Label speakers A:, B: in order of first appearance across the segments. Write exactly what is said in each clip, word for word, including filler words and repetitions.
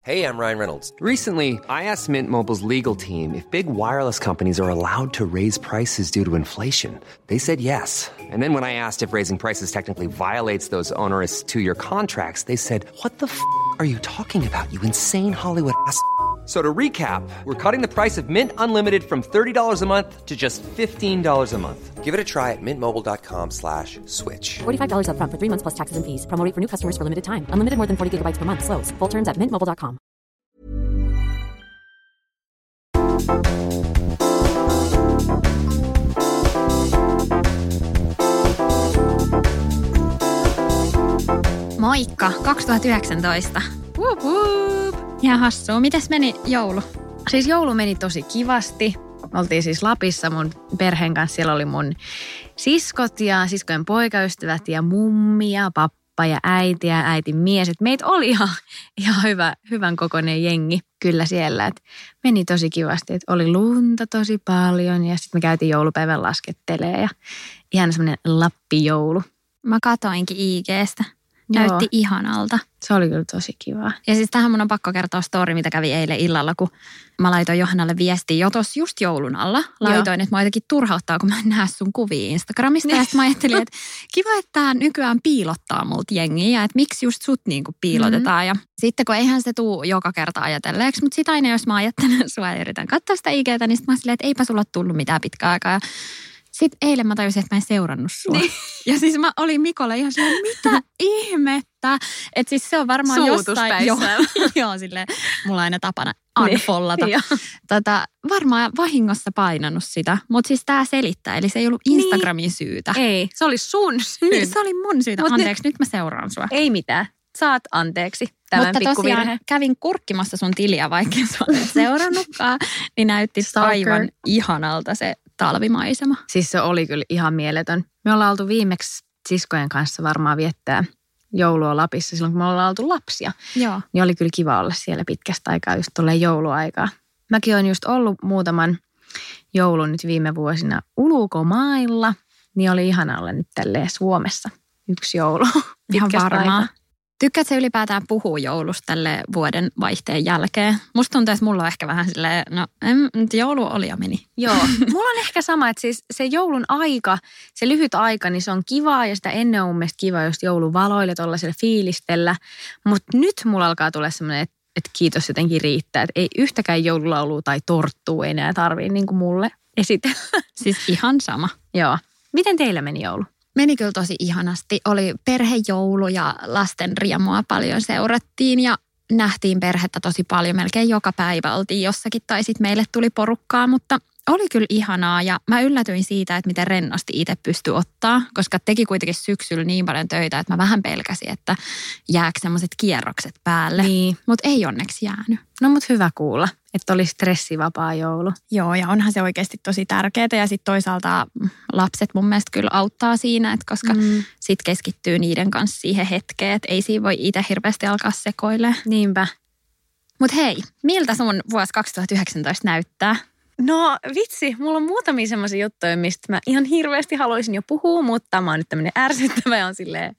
A: Hey, I'm Ryan Reynolds.
B: Recently, I asked Mint Mobile's legal team if big wireless companies are allowed to raise prices due to inflation. They said yes. And then when I asked if raising prices technically violates those onerous two-year contracts, they said, "What the f*** are you talking about, you insane Hollywood ass?" So to recap, we're cutting the price of Mint Unlimited from thirty dollars a month to just fifteen dollars a month.
A: Give it a try at mintmobile.com slash switch.
C: forty-five dollars up front for three months plus taxes and fees. Promo rate for new customers for limited time. Unlimited more than forty gigabytes per month. Slows full terms at mint mobile dot com.
D: Moikka, kaksituhattayhdeksäntoista. Wup, wup. Ja hassua. Mites meni joulu?
E: Siis joulu meni tosi kivasti. Me oltiin siis Lapissa mun perheen kanssa. Siellä oli mun siskot ja siskojen poikaystävät ja mummi ja pappa ja äiti ja äitin mies. Et meitä oli ihan, ihan hyvä, hyvän kokoinen jengi kyllä siellä. Et meni tosi kivasti. Et oli lunta tosi paljon ja sitten me käytiin joulupäivän laskettelee ja ihan semmoinen Lappi-joulu.
D: Mä katoinkin I G:stä. Näytti
E: Joo.
D: ihanalta.
E: Se oli kyllä tosi kiva.
D: Ja siis tähän mun on pakko kertoa story, mitä kävi eilen illalla, kun mä laitoin Johannalle viestiä jo tossa just joulun alla. Laitoin, Joo. että mä jotenkin turhauttaa, kun mä en näe sun kuvia Instagramista. Ja sitten mä ajattelin, että kiva, että tää nykyään piilottaa multa jengiä ja että miksi just sut niinku piilotetaan. Mm-hmm. Ja sitten kun eihän se tuu joka kerta ajatelleeksi, mutta sit aina jos mä ajattelen sua ja yritän katsoa sitä I G:tä, niin sit mä silleen, että eipä sulla ole tullut mitään pitkää aikaa. Sitten eilen mä tajusin, että mä en seurannut sua. Niin. Ja siis mä olin Mikolle ihan silleen, mitä ihmettä. Että siis se on varmaan jossain. Joo, joo, silleen mulla on aina tapana unfollata. Niin. Tota, varmaan vahingossa painannut sitä. Mutta siis tää selittää, eli se ei ollut Instagramin niin. syytä.
E: Ei, se oli sun syytä.
D: Niin, se oli mun syytä. Mut anteeksi, nyt, nyt mä seuraan sua.
E: Ei mitään. Saat anteeksi tämän
D: Mutta
E: pikkuvirhe.
D: Tosiaan kävin kurkkimassa sun tiliä, vaikka sua en seurannutkaan, niin näytti
E: Stalker.
D: aivan ihanalta se talvimaisema.
E: Siis se oli kyllä ihan mieletön. Me ollaan oltu viimeksi siskojen kanssa varmaan viettää joulua Lapissa silloin, kun me ollaan oltu lapsia.
D: Joo.
E: Niin oli kyllä kiva olla siellä pitkästä aikaa just tolleen jouluaikaa. Mäkin olen just ollut muutaman joulun nyt viime vuosina ulkomailla, niin oli ihana olla nyt tälleen Suomessa yksi joulu pitkästä aikaa.
D: Tykkäätkö sä ylipäätään puhua joulusta tälle vuoden vaihteen jälkeen? Musta tuntuu, että mulla on ehkä vähän silleen, no en, joulu oli ja meni.
E: Joo, mulla on ehkä sama, että siis se joulun aika, se lyhyt aika, niin se on kivaa ja sitä ennen on mun mielestä kiva just jouluvaloille tuollaisella fiilistellä. Mutta nyt mulla alkaa tulla semmoinen, että, että kiitos jotenkin riittää, että ei yhtäkään joululaulua tai torttua enää tarvii niin kuin mulle esitellä.
D: Siis ihan sama.
E: Joo. Miten teillä meni joulu?
D: Meni kyllä tosi ihanasti. Oli perhejoulu ja lasten riemua paljon seurattiin ja nähtiin perhettä tosi paljon. Melkein joka päivä oltiin jossakin tai sitten meille tuli porukkaa, mutta oli kyllä ihanaa ja mä yllätyin siitä, että miten rennosti itse pystyi ottaa, koska teki kuitenkin syksyllä niin paljon töitä, että mä vähän pelkäsin, että jääkö semmoiset kierrokset päälle.
E: Niin.
D: Mutta ei onneksi jäänyt.
E: No mut hyvä kuulla, että oli stressivapaa joulu.
D: Joo, ja onhan se oikeasti tosi tärkeää ja sitten toisaalta lapset mun mielestä kyllä auttaa siinä, että koska mm. sitten keskittyy niiden kanssa siihen hetkeen, että ei siinä voi itse hirveästi alkaa sekoilemaan.
E: Niinpä.
D: Mut hei, miltä sun vuosi kaksituhattayhdeksäntoista näyttää?
E: No vitsi, mulla on muutamia semmoisia juttuja, mistä mä ihan hirveästi haluaisin jo puhua, mutta mä oon nyt tämmöinen ärsyttävä ja on silleen,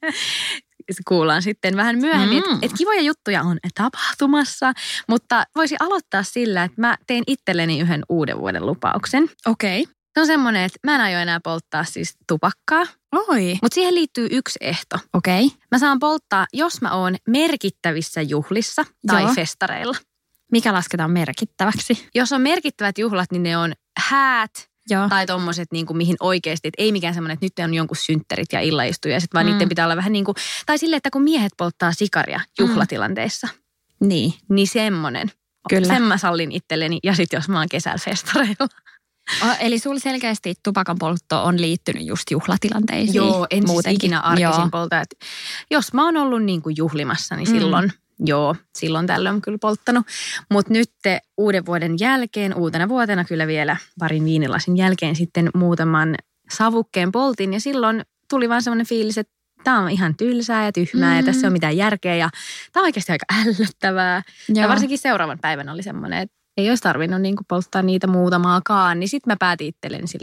E: se kuullaan sitten vähän myöhemmin, mm. että et kivoja juttuja on tapahtumassa, mutta voisin aloittaa sillä, että mä tein itselleni yhden uuden vuoden lupauksen.
D: Okei. Okay.
E: Se on semmoinen, että mä en aio enää polttaa siis tupakkaa.
D: Oi.
E: Mutta siihen liittyy yksi ehto.
D: Okei. Okay.
E: Mä saan polttaa, jos mä oon merkittävissä juhlissa tai Joo. festareilla.
D: Mikä lasketaan merkittäväksi?
E: Jos on merkittävät juhlat, niin ne on häät
D: Joo.
E: tai tommoset, niin kuin, mihin oikeasti, että ei mikään semmoinen, että nyt on jonkun synttärit ja illaistuja, sit vaan mm. niiden pitää olla vähän niin kuin, tai silleen, että kun miehet polttaa sikaria juhlatilanteissa,
D: mm. niin,
E: niin semmoinen.
D: Kyllä.
E: Sen mä sallin itselleni ja sitten jos mä oon kesällä festareilla.
D: Oh, eli sulla selkeästi tupakan poltto on liittynyt just juhlatilanteisiin.
E: Joo, en siis ikinä arkisin
D: Joo.
E: polta. Et jos mä oon ollut niin kuin juhlimassa, niin silloin, mm. joo, silloin tällöin kyllä polttanut. Mutta nyt uuden vuoden jälkeen, uutena vuotena kyllä vielä parin viinilasin jälkeen sitten muutaman savukkeen poltin. Ja silloin tuli vaan semmoinen fiilis, että tämä on ihan tylsää ja tyhmää mm. ja tässä ei ole mitään järkeä. Ja tämä on oikeasti aika ällöttävää. Joo. Ja varsinkin seuraavan päivän oli semmoinen, että ei olisi tarvinnut niin kuin polttaa niitä muutamaakaan. Niin sitten mä päätin itselleni silleen, että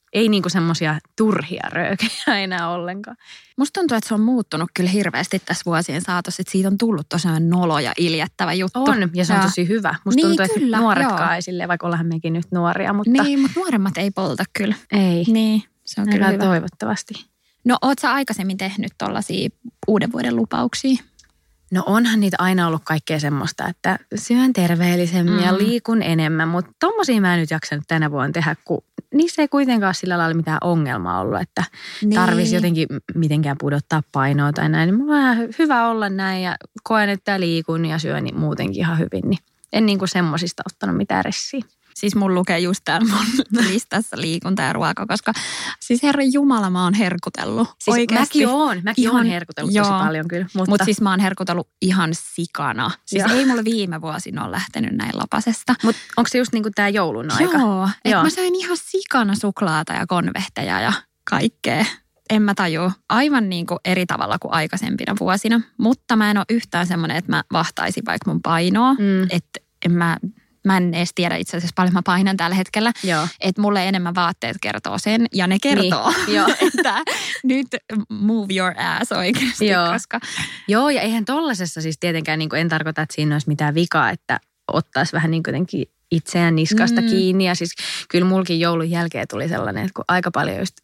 E: Ei niinku semmoisia turhia röökejä enää ollenkaan.
D: Musta tuntuu, että se on muuttunut kyllä hirveästi tässä vuosien saatossa, että siitä on tullut tosiaan nolo ja iljettävä juttu.
E: On, ja se on tosi hyvä. Musta
D: niin,
E: tuntuu, että
D: kyllä,
E: nuoretkaan ei silleen, vaikka ollaan mekin nyt nuoria, mutta...
D: Niin, mutta nuoremmat ei polta kyllä.
E: Ei.
D: Niin, se on
E: Aika
D: kyllä hyvä.
E: Toivottavasti.
D: No, oot sä aikaisemmin tehnyt tollaisia uuden vuoden lupauksia?
E: No onhan niitä aina ollut kaikkea semmoista, että syön terveellisemmin mm. ja liikun enemmän, mutta tommosia mä en nyt jaksanut tänä vuonna tehdä, kun niissä ei kuitenkaan sillä lailla mitään ongelmaa ollut, että niin. tarvisi jotenkin mitenkään pudottaa painoa tai näin. Niin mulla on ihan hyvä olla näin ja koen, että liikun ja syön niin muutenkin ihan hyvin, niin en niinku semmosista ottanut mitään ressiä.
D: Siis mun lukee just täällä mun listassa liikunta ja ruoka, koska siis Herran Jumala mä oon herkutellut
E: siis
D: oikeasti.
E: Mäkin oon, mäkin
D: ihan,
E: oon herkutellut
D: joo,
E: tosi paljon kyllä. Mutta
D: Mut siis mä oon herkutellut ihan sikana. Siis
E: joo.
D: ei mulla viime vuosina ole lähtenyt näin lapasesta.
E: Mutta onko se just niinku tää joulun aika?
D: Joo, että mä sain ihan sikana suklaata ja konvehteja ja kaikkea. En mä tajua. Aivan niin kuin eri tavalla kuin aikaisempina vuosina. Mutta mä en ole yhtään semmoinen, että mä vahtaisin vaikka mun painoa. Mm. Että en mä... Mä en edes tiedä itse asiassa paljon mä painan tällä hetkellä. Että mulle enemmän vaatteet kertoo sen. Ja ne kertoo, niin. että nyt move your ass oikeasti.
E: Joo,
D: koska...
E: Joo ja eihän tollasessa siis tietenkään, niin kuin en tarkoita, että siinä olisi mitään vikaa, että ottaisi vähän niin kuitenkin itseään niskasta mm. kiinni. Ja siis kyllä mulkin joulun jälkeen tuli sellainen, että kun aika paljon just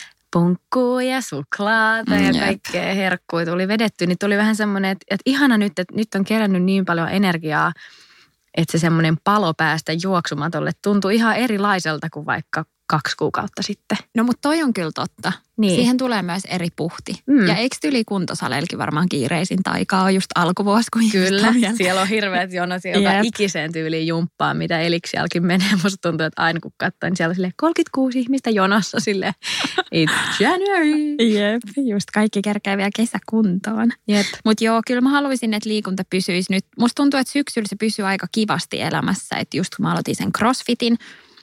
E: punkkuu ja suklaata ja kaikkea herkkua tuli vedetty, niin tuli vähän semmoinen, että, että ihana nyt, että nyt on kerännyt niin paljon energiaa, että se semmoinen palo päästä juoksumatolle tuntuu ihan erilaiselta kuin vaikka kaksi kuukautta sitten.
D: No mutta toi on kyllä totta. Niin. Siihen tulee myös eri puhti. Mm. Ja eikö tyli kuntosaleillekin varmaan kiireisin taikaa on just alkuvuosi? Kun
E: kyllä, siellä on hirveät jonot joka ikiseen tyyliin jumppaa, mitä eliksialkin menee. Musta tuntuu, että aina kun katsoo, niin siellä on silleen kolmekymmentäkuusi ihmistä jonossa silleen, it's January.
D: Jep, just kaikki kerkee vielä kesäkuntoon. Mutta joo, kyllä mä haluaisin, että liikunta pysyisi nyt. Musta tuntuu, että syksyllä se pysyy aika kivasti elämässä. Että just kun mä aloitin sen CrossFitin,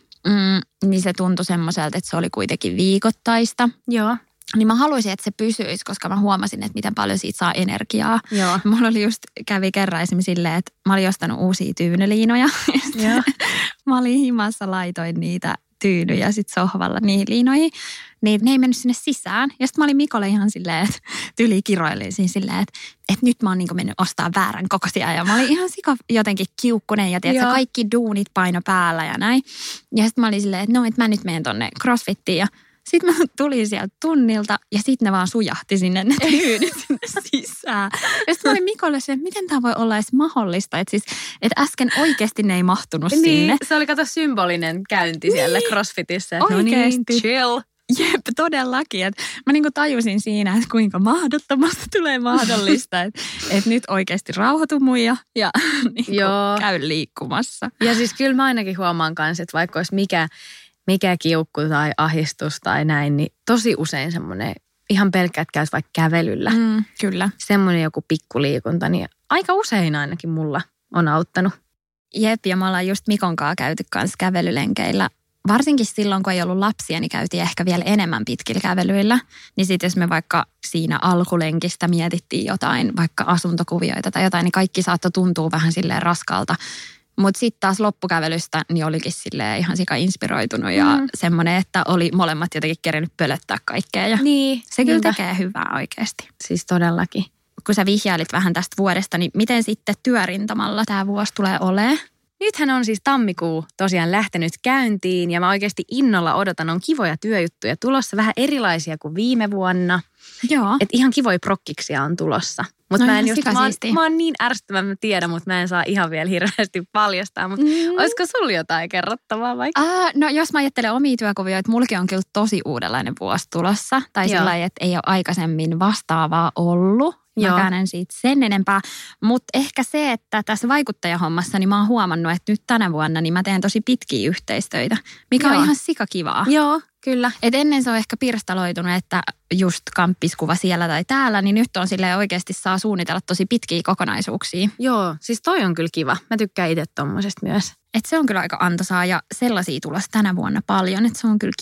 D: Mm, niin se tuntui semmoiselta, että se oli kuitenkin viikoittaista.
E: Joo.
D: Niin mä haluaisin, että se pysyisi, koska mä huomasin, että miten paljon siitä saa energiaa.
E: Joo.
D: Mulla oli just, kävi kerran esimerkiksi silleen, että mä olin ostanut uusia tyyneliinoja.
E: Joo.
D: Mä olin himassa, laitoin niitä tyynyjä sit sohvalla niihin liinoihin. Niin ne ei mennyt sinne sisään. Ja sitten mä olin Mikolle ihan silleen, että tyli kiroilin siinä silleen, että, että nyt mä oon niinku mennyt ostaa väärän kokoisia. Ja mä olin ihan sika jotenkin kiukkunen ja tiedätkö, kaikki duunit paino päällä ja näin. Ja sitten mä olin silleen, että no, että mä nyt menen tonne CrossFittiin. Ja sitten mä tulin sieltä tunnilta ja sitten ne vaan sujahti sinne ne tyynit sinne sisään. Ja sitten mä olin Mikolle se, että miten tämä voi olla edes mahdollista. Että siis, että äsken oikeasti ne ei mahtunut
E: niin,
D: sinne.
E: Se oli kato symbolinen käynti niin. siellä CrossFitissä. Että
D: oikeasti.
E: No niin, chill.
D: Jep, todellakin. Et mä niinku tajusin siinä, että kuinka mahdottomasti tulee mahdollista. Että et nyt oikeasti rauhoitu muija ja niinku käy liikkumassa.
E: Ja siis kyllä mä ainakin huomaan kanssa, että vaikka olisi mikä, mikä kiukku tai ahdistus tai näin, niin tosi usein semmoinen ihan pelkkä, että käyt vaikka kävelyllä.
D: Mm, kyllä.
E: Semmoinen joku pikkuliikunta, niin aika usein ainakin mulla on auttanut.
D: Jep, ja me ollaan just Mikon kanssa käyty kanssa kävelylenkeillä. Varsinkin silloin, kun ei ollut lapsia, niin käytiin ehkä vielä enemmän pitkillä kävelyillä. Niin sitten jos me vaikka siinä alkulenkistä mietittiin jotain, vaikka asuntokuvioita tai jotain, niin kaikki saattoi tuntua vähän silleen raskalta. Mutta sitten taas loppukävelystä niin olikin silleen ihan sika inspiroitunut ja mm. semmoinen, että oli molemmat jotenkin kerennyt pölöttää kaikkea. Ja
E: niin,
D: se kyllä tekee hyvää oikeasti.
E: Siis todellakin.
D: Kun sä vihjailit vähän tästä vuodesta, niin miten sitten työrintamalla tämä vuosi tulee olemaan?
E: Nythän on siis tammikuu tosiaan lähtenyt käyntiin ja mä oikeasti innolla odotan, on kivoja työjuttuja tulossa, vähän erilaisia kuin viime vuonna.
D: Joo.
E: Et ihan kivoja prokkiksia on tulossa. Mutta
D: no
E: mä, mä, mä oon niin ärsyttävä, mä tiedän, mutta mä en saa ihan vielä hirveästi paljastaa. Mutta mm. olisiko sulla jotain kerrottavaa vaikka?
D: Uh, no jos mä ajattelen omia työkuvioita, mullakin on kyllä tosi uudenlainen vuosi tulossa. Tai sillä että ei ole aikaisemmin vastaavaa ollut. Mäkään en siitä sen enempää. Mutta ehkä se, että tässä vaikuttajahommassa, niin mä oon huomannut, että nyt tänä vuonna niin mä teen tosi pitkiä yhteistöitä, mikä Joo. on ihan sikakivaa.
E: Joo, kyllä.
D: Et ennen se on ehkä pirstaloitunut, että just kamppiskuva siellä tai täällä, niin nyt on silleen oikeasti saa suunnitella tosi pitkiä kokonaisuuksia.
E: Joo, siis toi on kyllä kiva. Mä tykkään itse tommosesta myös.
D: Et se on kyllä aika antoisaa ja sellaisia tulossa tänä vuonna paljon, että se on kyllä kiva.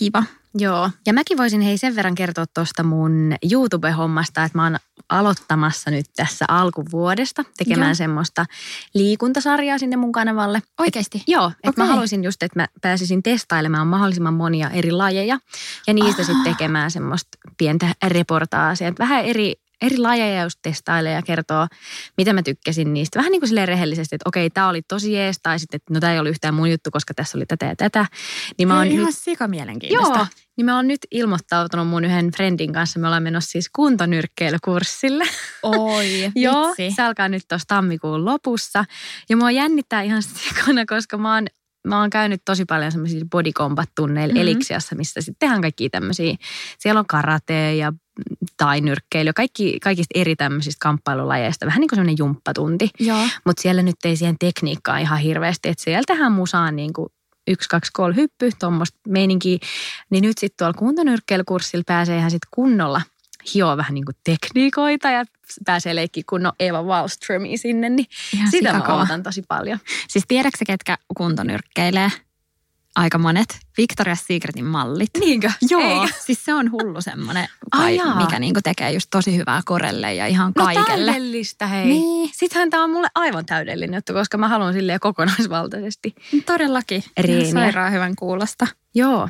E: Joo, ja mäkin voisin hei sen verran kertoa tuosta mun YouTube-hommasta, että mä oon aloittamassa nyt tässä alkuvuodesta tekemään Joo. semmoista liikuntasarjaa sinne mun kanavalle.
D: Oikeasti?
E: Joo, että
D: okay.
E: mä haluaisin just, että mä pääsisin testailemaan mahdollisimman monia eri lajeja ja niistä sitten tekemään semmoista pientä reportaasia. Vähän eri, eri lajeja just testailee ja kertoo, mitä mä tykkäsin niistä. Vähän niin kuin silleen rehellisesti, että okei, tää oli tosi jees, tai sitten, että no tää ei ollut yhtään mun juttu, koska tässä oli tätä ja tätä. Niin mä oon
D: ihan
E: nyt...
D: sikamielenkiintoista.
E: Joo, niin mä oon nyt ilmoittautunut mun yhden friendin kanssa. Me ollaan menossa siis kuntonyrkkeilykurssille.
D: Oi,
E: Joo,
D: vitsi.
E: se alkaa nyt tuossa tammikuun lopussa. Ja mua jännittää ihan sikana, koska mä oon, mä oon käynyt tosi paljon semmoisilla body combat-tunneilla mm-hmm. Eliksiassa, missä sitten tehdään kaikkia tämmöisiä. Siellä on karate ja tai nyrkkeily, kaikki, kaikista eri tämmöisistä kamppailulajeista. Vähän niin kuin semmoinen jumppatunti. Mutta siellä nyt ei siihen tekniikkaa ihan hirveästi. Että siellä tehdään musaan niin kuin yksi, kaksi, kolme hyppy, tuommoista meininkiä. Niin nyt sitten tuolla kuntonyrkkeilykurssilla pääsee ihan sitten kunnolla hioa vähän niin kuin tekniikoita ja pääsee leikkiä kunnon Eva Wallströmiä sinne. Niin ihan sitä sikakova. Mä ootan tosi paljon.
D: Siis tiedätkö ketkä kuntonyrkkeilee? Aika monet. Victoria's Secretin mallit.
E: Niinkö?
D: Joo.
E: Eikä.
D: Siis se on hullu semmoinen, kai, mikä niinku tekee just tosi hyvää korelle ja ihan kaikelle.
E: No täydellistä, hei.
D: Niin.
E: Sittenhän tämä on mulle aivan täydellinen juttu, koska mä haluan silleen kokonaisvaltaisesti.
D: Todellakin.
E: Reeniä.
D: Sairaan hyvän kuulosta.
E: Joo.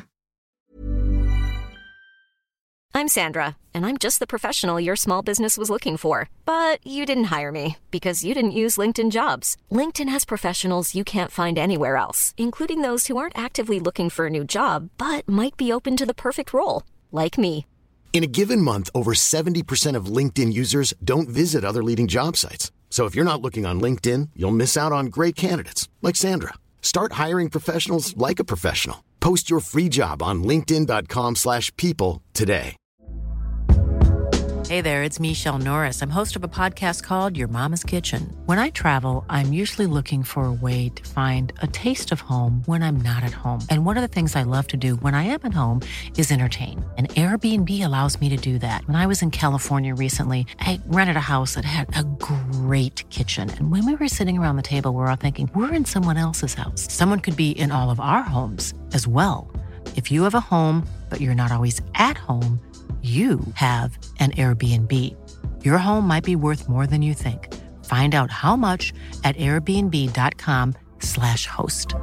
F: I'm Sandra, and I'm just the professional your small business was looking for. But you didn't hire me because you didn't use LinkedIn Jobs. LinkedIn has professionals you can't find anywhere else, including those who aren't actively looking for a new job, but might be open to the perfect role, like me.
G: In a given month, over seventy percent of LinkedIn users don't visit other leading job sites. So if you're not looking on LinkedIn, you'll miss out on great candidates like Sandra. Start hiring professionals like a professional. Post your free job on linkedin dot com slash people today.
H: Hey there, it's Michelle Norris. I'm host of a podcast called Your Mama's Kitchen. When I travel, I'm usually looking for a way to find a taste of home when I'm not at home. And one of the things I love to do when I am at home is entertain. And Airbnb allows me to do that. When I was in California recently, I rented a house that had a great kitchen. And when we were sitting around the table, we were all thinking, we're in someone else's house. Someone could be in all of our homes as well. If you have a home, but you're not always at home, you have an Airbnb. Your home might be worth more than you think. Find out how much at airbnb dot com slash host.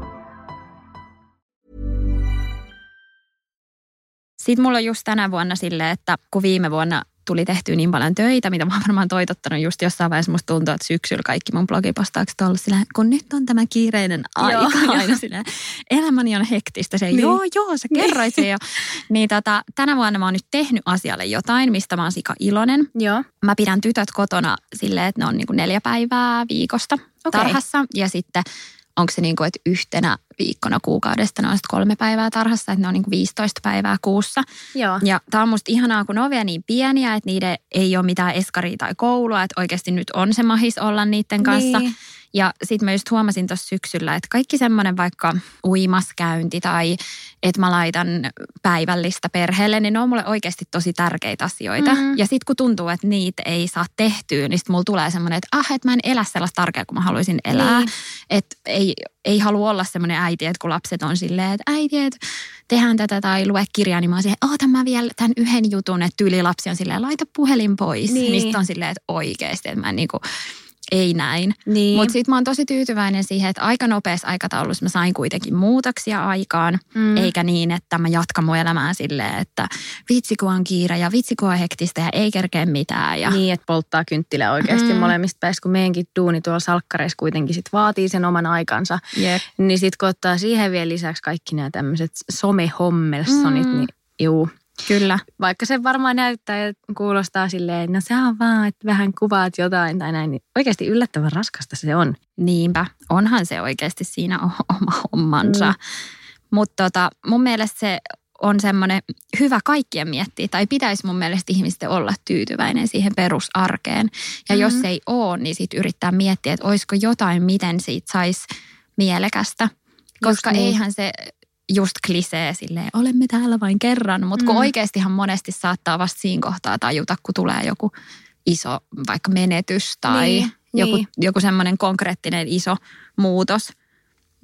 D: Sitten mulla on just tänä vuonna silleen, että kun viime vuonna tuli tehtyä niin paljon töitä, mitä mä oon varmaan toitottanut just jossain vaiheessa, musta tuntuu, että syksyllä kaikki mun blogipostaukset on ollut silleen, kun nyt on tämä kiireinen aika. Joo. Aina silleen, elämäni on hektistä. Se, niin. Joo, joo, sä kerroit sen jo. Niin tota, tänä vuonna mä oon nyt tehnyt asialle jotain, mistä mä oon sika iloinen.
E: Joo.
D: Mä pidän tytöt kotona silleen, että ne on niinku neljä päivää viikosta okay. tarhassa. Ja sitten onko se niin kuin, että yhtenä viikkona kuukaudesta ne on sitten kolme päivää tarhassa, että ne on niin kuin viisitoista päivää kuussa.
E: Joo.
D: Ja tämä on musta ihanaa, kun ne on vielä niin pieniä, että niiden ei ole mitään eskaria tai koulua, että oikeasti nyt on se mahis olla niiden kanssa.
E: Niin.
D: Ja sitten mä just huomasin tuossa syksyllä, että kaikki semmoinen vaikka uimaskäynti tai että mä laitan päivällistä perheelle, niin ne on mulle oikeasti tosi tärkeitä asioita. Mm-hmm. Ja sitten kun tuntuu, että niitä ei saa tehtyä, niin sitten mulla tulee semmoinen, että ah, että mä en elä sellaista arkea, kun mä haluaisin elää. Niin. Että ei, ei halua olla semmoinen äiti, että kun lapset on silleen, että äiti, että tehdään tätä tai lue kirjaa, niin mä oon silleen, ootan mä vielä tämän yhden jutun, että tyyli lapsi on silleen, laita puhelin pois. Niin, niin sitten on silleen, että oikeasti, että mä en niinku... Ei näin. Niin. Mutta sitten mä oon tosi tyytyväinen siihen, että aika nopeassa aikataulussa mä sain kuitenkin muutoksia aikaan. Mm. Eikä niin, että mä jatkan mun elämää silleen, että vitsi kun on kiire ja vitsi kun on hektistä ja ei kerkeä mitään. Ja...
E: Niin, että polttaa kynttilä oikeasti mm. molemmista päistä, kun meidänkin duuni tuolla salkkareissa kuitenkin sit vaatii sen oman aikansa.
D: Yep.
E: Niin sitten kun ottaa siihen vielä lisäksi kaikki nämä tämmöiset somehommelsonit, mm. niin juu.
D: Kyllä.
E: Vaikka se varmaan näyttää ja kuulostaa silleen, no se on vaan, että vähän kuvaat jotain tai näin, niin oikeasti yllättävän raskasta se on.
D: Niinpä, onhan se oikeasti siinä oma hommansa. Mm. Mutta tota, mun mielestä se on semmoinen hyvä kaikkien miettiä, tai pitäisi mun mielestä ihmisten olla tyytyväinen siihen perusarkeen. Ja mm-hmm. jos ei ole, niin sitten yrittää miettiä, että olisiko jotain, miten siitä saisi mielekästä. Koska niin. eihän se... just klisee silleen, olemme täällä vain kerran, mutta kun mm. oikeastihan monesti saattaa vasta siinä kohtaa tajuta, kun tulee joku iso vaikka menetys tai
E: niin,
D: joku,
E: niin.
D: joku semmoinen konkreettinen iso muutos, niin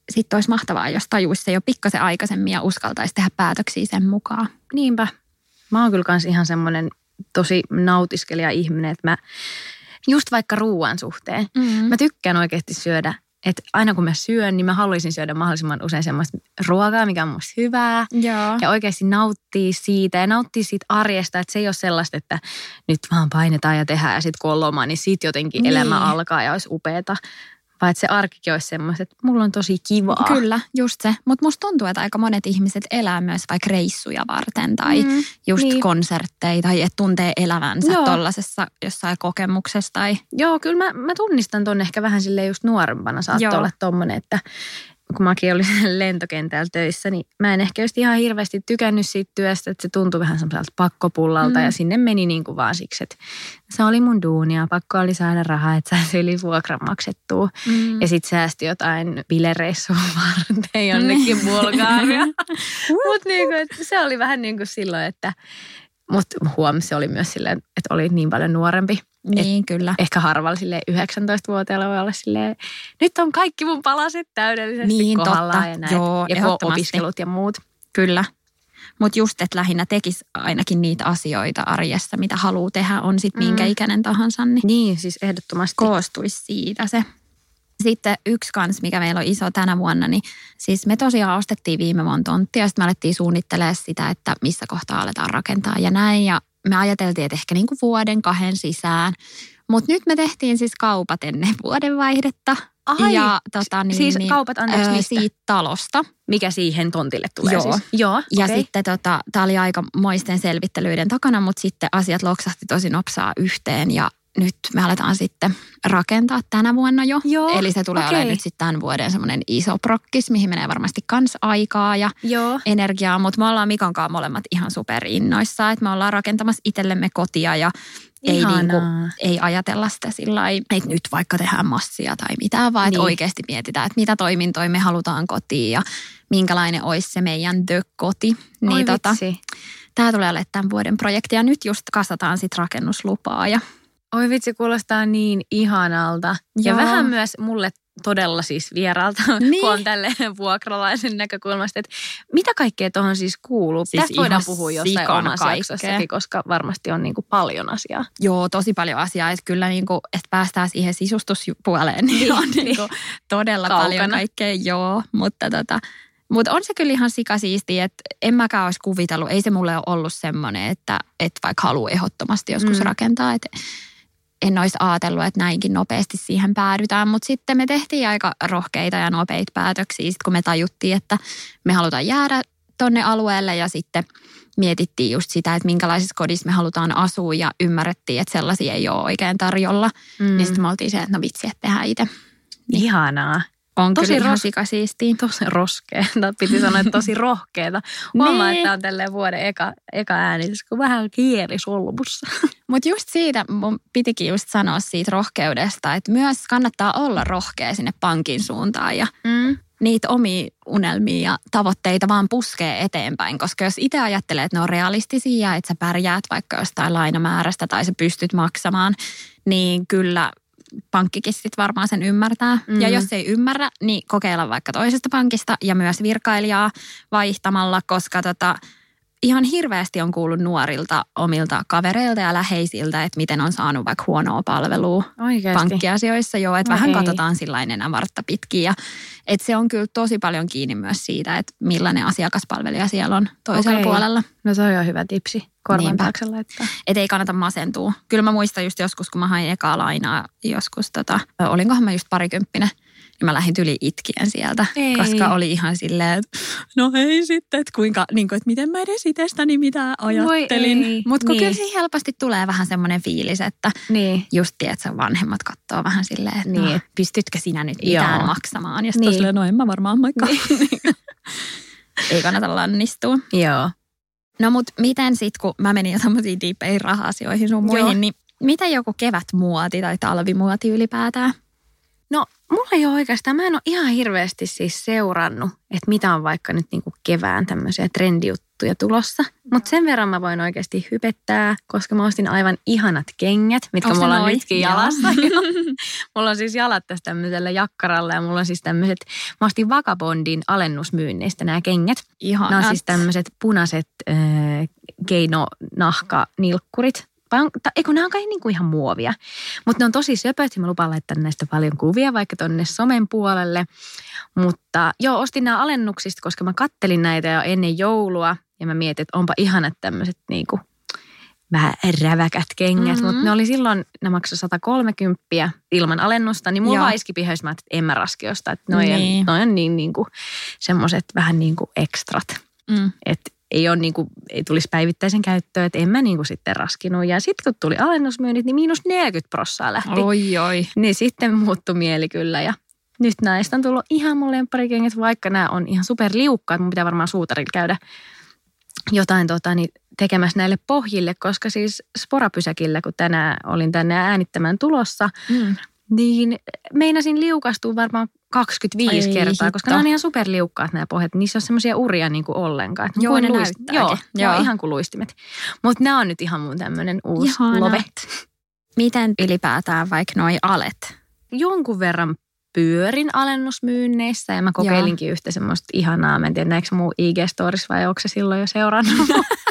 D: sitten olisi mahtavaa, jos tajuisi se jo pikkasen aikaisemmin ja uskaltaisi tehdä päätöksiä sen mukaan.
E: Niinpä. Mä oon kyllä kans ihan semmoinen tosi nautiskelija ihminen, että mä just vaikka ruoan suhteen, mm-hmm. mä tykkään oikeasti syödä. Että aina kun mä syön, niin mä haluaisin syödä mahdollisimman usein semmoista ruokaa, mikä on musta hyvää.
D: Joo.
E: Ja oikeasti nauttii siitä ja nauttii siitä arjesta, että se ei ole sellaista, että nyt vaan painetaan ja tehdään ja sitten kun on loma, niin sitten jotenkin niin. elämä alkaa ja olisi upeata. Vai että se arkikin olisi semmoista, että mulla on tosi kivaa.
D: Kyllä, just se. Mutta musta tuntuu, että aika monet ihmiset elää myös vaikka reissuja varten tai mm, just niin. konsertteja tai että tuntee elävänsä tollasessa jossain kokemuksessa. Tai...
E: Joo, kyllä mä, mä tunnistan ton ehkä vähän silleen just nuorempana saattoi olla tommonen, että kun mäkin olin lentokentällä töissä, niin mä en ehkä just ihan hirveästi tykännyt siitä työstä, että se tuntui vähän semmoiselta pakkopullalta mm. ja sinne meni niin kuin vaan siksi, että se oli mun duunia, pakko oli saada rahaa, että saisi yli vuokran maksettua. Mm. Ja sitten säästi jotain bilereissua varten jonnekin mm. Bulgariaan. Mutta niin se oli vähän niin kuin silloin, että mutta huom, se oli myös silleen, että oli niin paljon nuorempi.
D: Niin, kyllä.
E: Ehkä harvalla silleen yhdeksäntoistavuotiaalla voi olla silleen, nyt on kaikki mun palaset täydellisesti
D: niin,
E: kohdallaan
D: totta.
E: ja näin.
D: Joo,
E: ja opiskelut ja muut.
D: Kyllä. Mutta just, että lähinnä tekisi ainakin niitä asioita arjessa, mitä haluaa tehdä, on sitten mm. minkä ikäinen tahansa. Niin,
E: niin, siis ehdottomasti.
D: Koostuisi siitä se. Sitten yksi kans, mikä meillä on iso tänä vuonna, niin siis me tosiaan ostettiin viime vuonna tonttia ja sitten me alettiin suunnittelemaan sitä, että missä kohtaa aletaan rakentaa ja näin. Ja me ajateltiin, että ehkä niin kuin vuoden, kahden sisään. Mutta nyt me tehtiin siis kaupat ennen vuodenvaihdetta.
E: Ai,
D: ja, tota, niin,
E: siis
D: niin,
E: kaupat anteeksi
D: ää,
E: mistä?
D: Siitä talosta.
E: Mikä siihen tontille tulee
D: Joo.
E: siis? Joo.
D: Ja
E: okay.
D: sitten tota, tämä oli aika moisten selvittelyiden takana, mutta sitten asiat loksahti tosi nopsaa yhteen ja nyt me aletaan sitten rakentaa tänä vuonna jo.
E: Joo,
D: Eli se tulee
E: okay.
D: olemaan nyt sitten tämän vuoden semmoinen iso prokkis, mihin menee varmasti kans aikaa ja Joo. energiaa. Mutta me ollaan Mikon kanssa molemmat ihan superinnoissa, että me ollaan rakentamassa itsellemme kotia ja ei, niinku, ei ajatella sitä sillä lailla, että nyt vaikka tehdään massia tai mitään, vaan niin. että oikeasti mietitään, että mitä toimintoja me halutaan kotiin ja minkälainen olisi se meidän the-koti. Niin
E: Oi
D: tota,
E: vitsi.
D: Tämä tulee olemaan tämän vuoden projekti ja nyt just kasataan sitten rakennuslupaa ja
E: oi vitsi, kuulostaa niin ihanalta. Joo. Ja vähän myös mulle todella siis vieraalta, niin. kun on tälleen vuokralaisen näkökulmasta. Että mitä kaikkea tuohon siis kuuluu? Siis tästä voidaan puhua jossain omassa jaksossakin, koska varmasti on niin kuin paljon asiaa.
D: Joo, tosi paljon asiaa. Että kyllä niin kuin, että päästään siihen sisustuspuoleen, niin, niin on niin kuin todella kaukana. Paljon kaikkea. Joo, mutta tota... Mutta on se kyllä ihan sikasiistiä, että en mäkään olisi kuvitellut. Ei se mulle ole ollut semmoinen, että, että vaikka haluaa ehdottomasti joskus mm. rakentaa. Että en olisi ajatellut, että näinkin nopeasti siihen päädytään. Mutta sitten me tehtiin aika rohkeita ja nopeita päätöksiä, sit kun me tajuttiin, että me halutaan jäädä tonne alueelle. Ja sitten mietittiin just sitä, että minkälaisessa kodissa me halutaan asua ja ymmärrettiin, että sellaisia ei ole oikein tarjolla. Mm. Niin sitten me oltiin se, että no vitsi, että tehdään itse.
E: Niin. Ihanaa.
D: On
E: tosi
D: kyllä ihan
E: ros-
D: sikasiistiä.
E: Tosi roskeeta. Piti sanoa, että tosi rohkeeta. Huomaa, niin. Että on tälleen vuoden eka, eka äänitys, kun vähän kieli solmussa.
D: Mutta just siitä, mun pitikin just sanoa siitä rohkeudesta, että myös kannattaa olla rohkea sinne pankin suuntaan ja mm. niitä omia unelmia ja tavoitteita vaan puskee eteenpäin. Koska jos itse ajattelee, että ne on realistisia ja että sä pärjäät vaikka jostain lainamäärästä tai sä pystyt maksamaan, niin kyllä pankkikin sitten varmaan sen ymmärtää. Mm. Ja jos ei ymmärrä, niin kokeilla vaikka toisesta pankista ja myös virkailijaa vaihtamalla, koska tota, ihan hirveästi on kuullut nuorilta omilta kavereilta ja läheisiltä, että miten on saanut vaikka huonoa palvelua
E: oikeasti
D: pankkiasioissa. Joo, että
E: no
D: vähän
E: ei.
D: katsotaan sillainen enää vartta pitkin. Ja, että se on kyllä tosi paljon kiinni myös siitä, että millainen asiakaspalvelija siellä on toisella
E: Okei.
D: puolella.
E: No se on jo hyvä tipsi. Korvan taakse laittaa.
D: Että ei kannata masentua. Kyllä mä muistan just joskus, kun mä hain ekaa lainaa joskus, tota, olinkohan mä just parikymppinen, niin mä lähdin yli itkien sieltä.
E: Ei.
D: Koska oli ihan silleen, että no ei sitten, että kuinka, niin kuin, että miten mä edes itsestäni mitään ajattelin. Mutta kun niin. kyllä siihen helposti tulee vähän semmoinen fiilis, että niin. just tiedät, vanhemmat katsoo vähän silleen, että niin. no, pystytkö sinä nyt mitään Joo. maksamaan. Ja sitten niin. silleen, no en mä varmaan moikka. Niin. Ei kannata lannistua.
E: Joo.
D: No mut miten sit, kun mä menin jo tämmöisiin diipeihin raha-asioihin sun muihin, Joo. niin miten joku kevätmuoti tai talvimuoti ylipäätään?
E: No mulla ei ole oikeastaan, mä en ole ihan hirveästi siis seurannut, että mitä on vaikka nyt niinku kevään tämmöisiä trendijuttuja. juttuja tulossa. Mutta sen verran mä voin oikeasti hypettää, koska mä ostin aivan ihanat kengät, mitkä
D: Onks
E: mulla on
D: noi?
E: nytkin jalassa. Mulla on siis jalat tässä tämmöisellä jakkaralla ja mulla on siis tämmöiset, mä ostin Vagabondin alennusmyynneistä nämä kengät.
D: Ihanat.
E: Nämä on siis tämmöiset punaiset äh, keinonahkanilkkurit. Vai on, ta, eikö nämä on kai niinku ihan muovia. Mutta ne on tosi söpöt ja mä lupaan laittaa näistä paljon kuvia vaikka tonne somen puolelle. Mutta joo, ostin nämä alennuksista, koska mä kattelin näitä jo ennen joulua. Ja mä mietin, että onpa ihanat tämmöiset niinku vähän räväkät kengät. Mm-hmm. Mutta ne oli silloin, ne maksoi sata kolmekymmentä ilman alennusta. Niin mulla vaiski pihöis, mä ajattelin, että en mä raski ostaa. Että noi, niin. on, noi on niin niinku semmoiset vähän niinku ekstrat. Mm. Että ei ole niinku, ei tulisi päivittäisen käyttöön, että en mä niinku sitten raskinut. Ja sitten kun tuli alennusmyynnit, niin miinus neljäkymmentä prosenttia lähti.
D: Oi, oi.
E: Niin sitten muuttui mieli kyllä ja nyt näistä on tullut ihan mun lempparikengät, vaikka nämä on ihan superliukkaat. Mun pitää varmaan suutarilla käydä jotain tota, niin tekemässä näille pohjille, koska siis sporapysäkillä, kun tänään olin tänne äänittämään tulossa, mm. niin meinasin liukastua varmaan kaksikymmentäviisi Ai kertaa, hitto. Koska nämä on ihan superliukkaat nämä pohjat. Niissä on semmoisia uria niin kuin ollenkaan.
D: Joo, ne
E: luist...
D: näyttääkin.
E: Joo, joo, ihan kuin luistimet. Mutta nämä on nyt ihan mun tämmöinen uusi Ihanat. Love.
D: Miten ylipäätään vaikka noi alet?
E: Jonkun verran pyörin alennusmyynneissä ja mä kokeilinkin Joo. yhtä semmoista ihanaa. Mä en tiedä, näetkö muu I G-stories vai onko se silloin jo seurannut.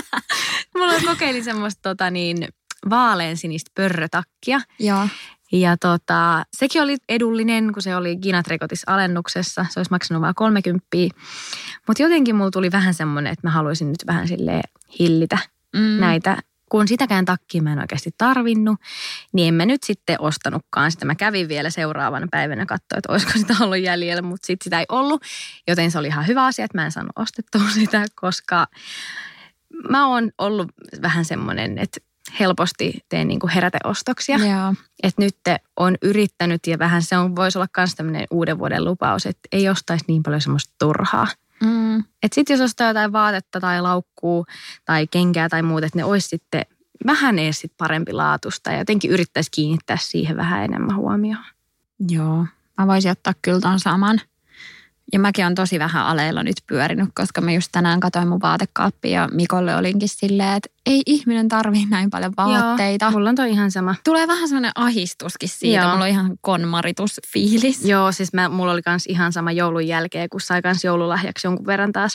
E: Mulla kokeilin semmoista tota niin, vaaleansinistä pörrötakkia.
D: Joo.
E: Ja tota, sekin oli edullinen, kun se oli Ginatrikotis alennuksessa. Se olisi maksanut vain kolmekymmentä. Mutta jotenkin mulla tuli vähän semmoinen, että mä haluaisin nyt vähän silleen hillitä mm. näitä. Kun sitäkään takkia mä en oikeasti tarvinnut, niin en mä nyt sitten ostanutkaan sitä. Mä kävin vielä seuraavana päivänä katsoa, että olisiko sitä ollut jäljellä, mutta sitten sitä ei ollut. Joten se oli ihan hyvä asia, että mä en saanut ostettua sitä, koska mä oon ollut vähän semmoinen, että helposti teen niin kuin heräteostoksia.
D: Joo.
E: Että nyt on yrittänyt ja vähän se on, voisi olla myös tämmöinen uuden vuoden lupaus, että ei ostaisi niin paljon semmoista turhaa.
D: Mm.
E: Että sitten jos ostaa jotain vaatetta tai laukkuu tai kenkää tai muuta, että ne olisi sitten vähän edes sit parempi laatusta ja jotenkin yrittäisi kiinnittää siihen vähän enemmän huomioon.
D: Joo, mä voisin ottaa kyllä ton saman. Ja mäkin on tosi vähän aleilla nyt pyörinyt, koska mä just tänään katsoin mun vaatekaappia ja Mikolle olinkin silleen, että ei ihminen tarvitse näin paljon vaatteita.
E: Joo, mulla on toi ihan sama.
D: Tulee vähän semmoinen ahistuskin siitä. Joo. Mulla on ihan konmaritusfiilis.
E: Joo, siis mä, mulla oli kans ihan sama joulun jälkeen, kun sai kans joululahjaksi jonkun verran taas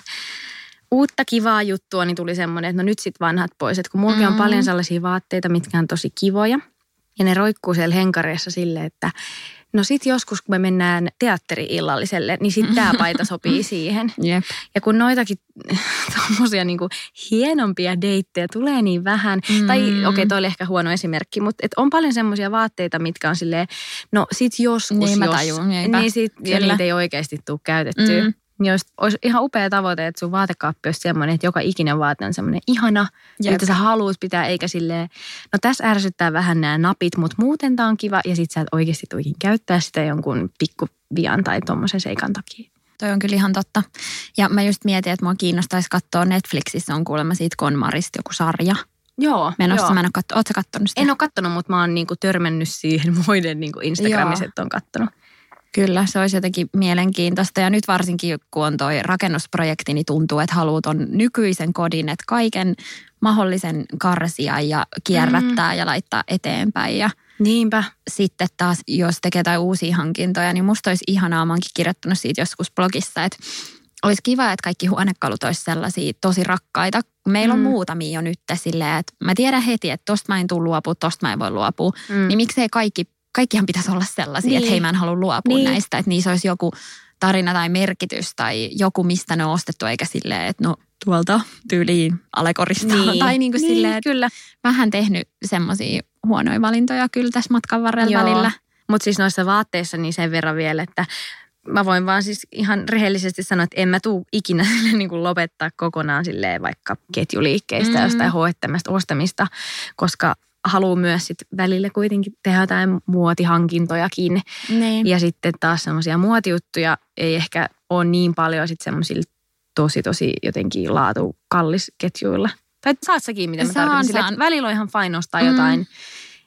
E: uutta kivaa juttua, niin tuli semmoinen, että no nyt sit vanhat pois. Että kun mullakin mm. on paljon sellaisia vaatteita, mitkä on tosi kivoja ja ne roikkuu siellä henkareissa silleen, että no sit joskus, kun me mennään teatteri-illalliselle, niin sit tää paita sopii siihen.
D: Yep.
E: Ja kun noitakin tommosia niinku hienompia deittejä tulee niin vähän, mm. tai okei, okay, toi oli ehkä huono esimerkki, mutta et on paljon semmosia vaatteita, mitkä on silleen, no sit joskus,
D: niin,
E: jos,
D: tajun,
E: niin sit, ja niitä ei oikeasti tule käytettyä. Mm. Niin olisi, olisi ihan upea tavoite, että sun vaatekaappi olisi semmoinen, että joka ikinen vaate on semmoinen ihana, Jep. mitä sä haluat pitää, eikä silleen, no tässä ärsyttää vähän nämä napit, mutta muuten tää on kiva, ja sit sä et oikeasti tuikin käyttää sitä jonkun pikkuvian tai tommosen seikan takia.
D: Toi on kyllä ihan totta. Ja mä just mietin, että mua kiinnostaisi katsoa Netflixissä, on kuulemma siitä KonMarista joku sarja.
E: Joo,
D: Menossa
E: joo.
D: Mä en ole kattonut. Ootko sä kattonut sitä?
E: En ole kattonut, mutta mä oon niinku törmännyt siihen muiden niinku Instagramiset on kattonut.
D: Kyllä, se olisi jotenkin mielenkiintoista ja nyt varsinkin kun on toi rakennusprojekti, niin tuntuu, että haluaa ton nykyisen kodin, että kaiken mahdollisen karsia ja kierrättää mm. ja laittaa eteenpäin. Ja
E: niinpä.
D: Sitten taas, jos tekee jotain uusia hankintoja, niin musta olisi ihanaa, mä oonkin kirjoittanut siitä joskus blogissa, että olisi kiva, että kaikki huonekalut olisi sellaisia tosi rakkaita. Meillä on mm. muutamia jo nyt silleen, että mä tiedän heti, että tosta mä en tule luopua, tosta mä en voi luopua, mm. niin miksei kaikki Kaikkihan pitäisi olla sellaisia, niin. että hei mä en halua luopua niin. näistä, että niissä olisi joku tarina tai merkitys tai joku, mistä ne on ostettu, eikä silleen, että no tuolta tyyliin Alekorista.
E: Niin.
D: Tai niin kuin
E: niin,
D: silleen, että
E: kyllä.
D: vähän tehnyt semmoisia huonoja valintoja kyllä tässä matkan varrella
E: Joo.
D: välillä.
E: Mutta siis noissa vaatteissa niin sen verran vielä, että mä voin vaan siis ihan rehellisesti sanoa, että en mä tuu ikinä niin kuin lopettaa kokonaan silleen vaikka ketjuliikkeistä mm-hmm. jostain H and M:stä ostamista, koska haluaa myös sit välillä kuitenkin tehdä jotain muotihankintojakin.
D: Niin.
E: Ja sitten taas semmoisia muotijuttuja ei ehkä ole niin paljon sitten semmoisilla tosi tosi jotenkin laatu kallisketjuilla. Tai saat säkin, mitä mä
D: Saan,
E: tarkoitan. Sille, välillä on ihan fine ostaa mm. jotain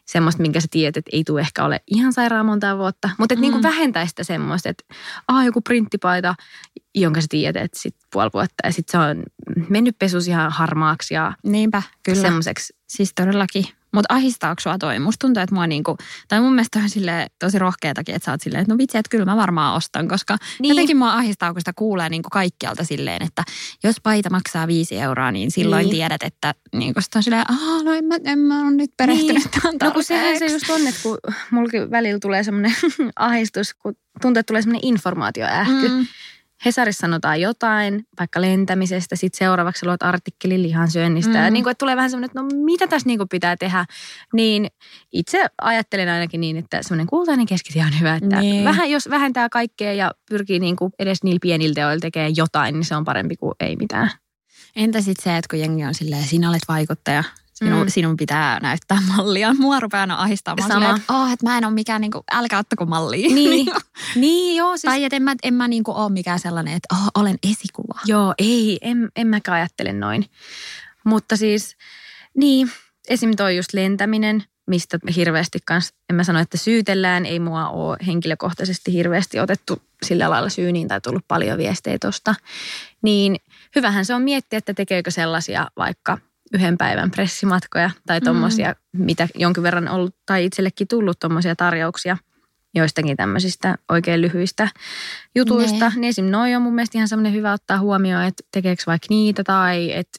E: semmoista, minkä sä tiedät, että ei tule ehkä ole ihan sairaan montaa vuotta. Mutta että mm. niin vähentää sitä semmoista, että ah, joku printtipaita, jonka sä tiedät, että sit puoli vuotta. Ja sitten se on mennyt pesus ihan harmaaksi ja
D: niinpä, kyllä.
E: semmoiseksi.
D: Siis todellakin. Mutta ahistaako sua toi? Musta tuntuu, että mua niinku, tai mun mielestä on silleen tosi rohkeatakin, että sä oot silleen, että no vitsi, että kyllä mä varmaan ostan, koska niin. jotenkin mua ahistaa, kun sitä kuulee niinku kaikkialta silleen, että jos paita maksaa viisi euroa, niin silloin niin. tiedät, että niinku sitä on silleen, aah, no en mä, en mä ole nyt perehtynyt niin. tähän
E: No kun sehän se just on, että kun mullakin välillä tulee semmoinen ahistus, kun tuntuu, että tulee semmoinen informaatioähky. Mm. Hesarissa sanotaan jotain, vaikka lentämisestä, sitten seuraavaksi luot artikkelin lihansyönnistä. Mm. Ja niin kuin, että tulee vähän semmoinen, että no mitä tässä niin kuin pitää tehdä. Niin itse ajattelen ainakin niin, että semmoinen kultainen keskitie on hyvä. Että niin. vähän, jos vähentää kaikkea ja pyrkii niin kuin edes niillä pienillä teoilla tekemään jotain, niin se on parempi kuin ei mitään.
D: Entä sitten se, että kun jengi on silleen, sinä olet vaikuttaja. Sinun, mm. sinun pitää näyttää mallia. Mua rupeaa aina ahistamaan silleen, että, oh, että mä en ole mikään, niin kuin, älkää ottako mallia.
E: Niin, niin joo. Siis...
D: Tai että en mä, en mä niin kuin, ole mikään sellainen, että oh, olen esikuva.
E: Joo, ei, en, en mäkään ajattele noin. Mutta siis, niin, esim. Toi just lentäminen, mistä hirveästi kanssa, en mä sano, että syytellään, ei mua ole henkilökohtaisesti hirveästi otettu sillä lailla syyniin tai tullut paljon viestejä tosta. Niin hyvähän se on miettiä, että tekeekö sellaisia vaikka yhden päivän pressimatkoja tai tommosia, mm. mitä jonkin verran ollut tai itsellekin tullut tommosia tarjouksia joistakin tämmöisistä oikein lyhyistä jutuista. Ne. Niin esim. Noi on mun mielestä ihan semmoinen hyvä ottaa huomioon, että tekeekö vaikka niitä tai että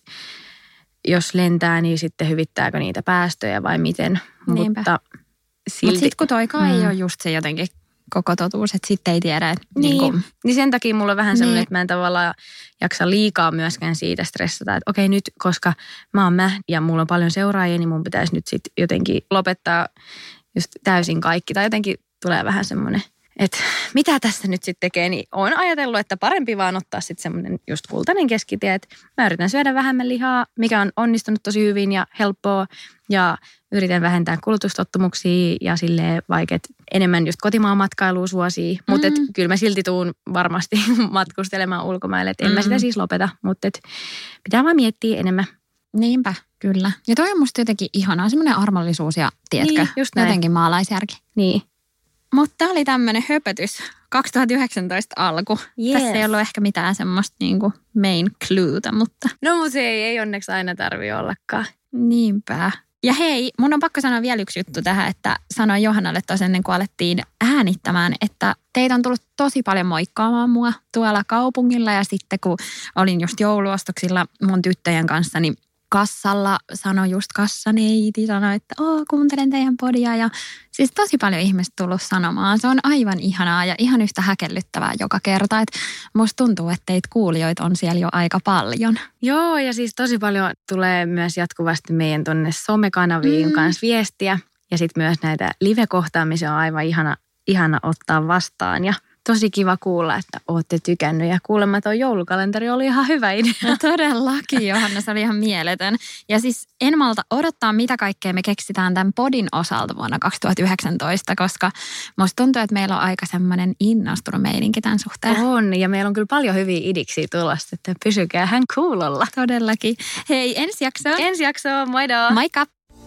E: jos lentää, niin sitten hyvittääkö niitä päästöjä vai miten.
D: Niinpä. Mutta silti. Mut sit kun toikaan mm. ei ole just se jotenkin koko totuus, että sitten ei tiedä. Että
E: niin,
D: niin, kuin...
E: niin sen takia mulla on vähän semmoinen, niin. että mä en tavallaan jaksa liikaa myöskään siitä stressata, että okei nyt, koska mä oon mä ja mulla on paljon seuraajia, niin mun pitäisi nyt sitten jotenkin lopettaa just täysin kaikki. Tai jotenkin tulee vähän semmoinen, että mitä tässä nyt sitten tekee, niin oon ajatellut, että parempi vaan ottaa sitten semmoinen just kultainen keskitie, että mä yritän syödä vähemmän lihaa, mikä on onnistunut tosi hyvin ja helppoa ja yritän vähentää kulutustottumuksia ja silleen vaikka enemmän just kotimaan matkailua suosia, mm-hmm. mutta kyllä mä silti tuun varmasti matkustelemaan ulkomaille, että en mm-hmm. mä sitä siis lopeta, mutta pitää vaan miettiä enemmän.
D: Niinpä, kyllä. Ja toi on musta jotenkin ihanaa, semmoinen armollisuus ja tiedätkö,
E: niin, just näin.
D: Jotenkin maalaisjärki.
E: Niin.
D: Mutta tämä oli tämmöinen höpötys kaksituhattayhdeksäntoista alku.
E: Yes.
D: Tässä ei ollut ehkä mitään semmoista niinku main clueta, mutta...
E: No mutta ei, ei onneksi aina tarvitse ollakaan.
D: Niinpä. Ja hei, mun on pakko sanoa vielä yksi juttu tähän, että sanoin Johannalle tuossa ennen kuin alettiin äänittämään, että teitä on tullut tosi paljon moikkaamaan mua tuolla kaupungilla ja sitten kun olin just jouluostoksilla mun tyttöjen kanssa, niin kassalla sanoi just kassaneiti, sanoi, että oo, kuuntelen teidän podia ja siis tosi paljon ihmiset tullut sanomaan. Se on aivan ihanaa ja ihan yhtä häkellyttävää joka kerta, että musta tuntuu, että teitä kuulijoita on siellä jo aika paljon.
E: Joo ja siis tosi paljon tulee myös jatkuvasti meidän tonne somekanaviin mm. kanssa viestiä ja sitten myös näitä live-kohtaamisia on aivan ihana, ihana ottaa vastaan ja tosi kiva kuulla, että ootte tykännyt ja kuulemma tuo joulukalenteri oli ihan hyvä idea.
D: No todellakin, Johanna, se oli ihan mieletön. Ja siis en malta odottaa, mitä kaikkea me keksitään tämän podin osalta vuonna kaksituhattayhdeksäntoista, koska musta tuntuu, että meillä on aika semmoinen innostunut meininki tämän suhteen.
E: On, ja meillä on kyllä paljon hyviä idiksiä tulossa, että pysykää hän kuulolla.
D: Todellakin. Hei, ensi jaksoon.
E: Ensi jaksoon, moido!
D: Moikka!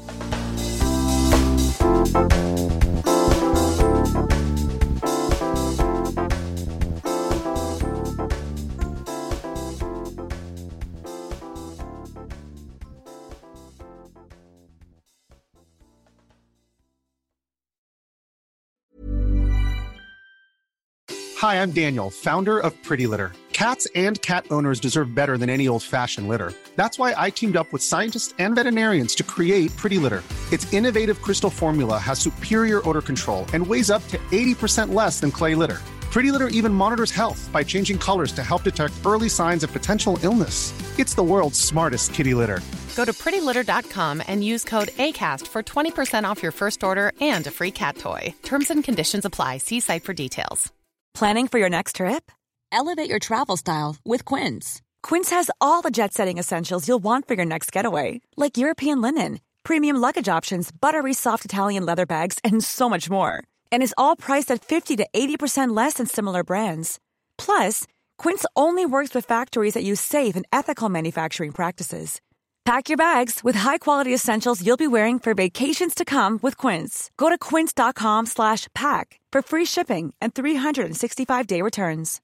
I: Hi, I'm Daniel, founder of Pretty Litter. Cats and cat owners deserve better than any old-fashioned litter. That's why I teamed up with scientists and veterinarians to create Pretty Litter. Its innovative crystal formula has superior odor control and weighs up to eighty percent less than clay litter. Pretty Litter even monitors health by changing colors to help detect early signs of potential illness. It's the world's smartest kitty litter.
J: Go to pretty litter dot com and use code ACAST for twenty percent off your first order and a free cat toy. Terms and conditions apply. See site for details.
K: Planning for your next trip? Elevate your travel style with Quince. Quince has all the jet-setting essentials you'll want for your next getaway, like European linen, premium luggage options, buttery soft Italian leather bags, and so much more. And is all priced at fifty to eighty percent less than similar brands. Plus, Quince only works with factories that use safe and ethical manufacturing practices. Pack your bags with high-quality essentials you'll be wearing for vacations to come with Quince. Go to quince.com slash pack for free shipping and three sixty-five day returns.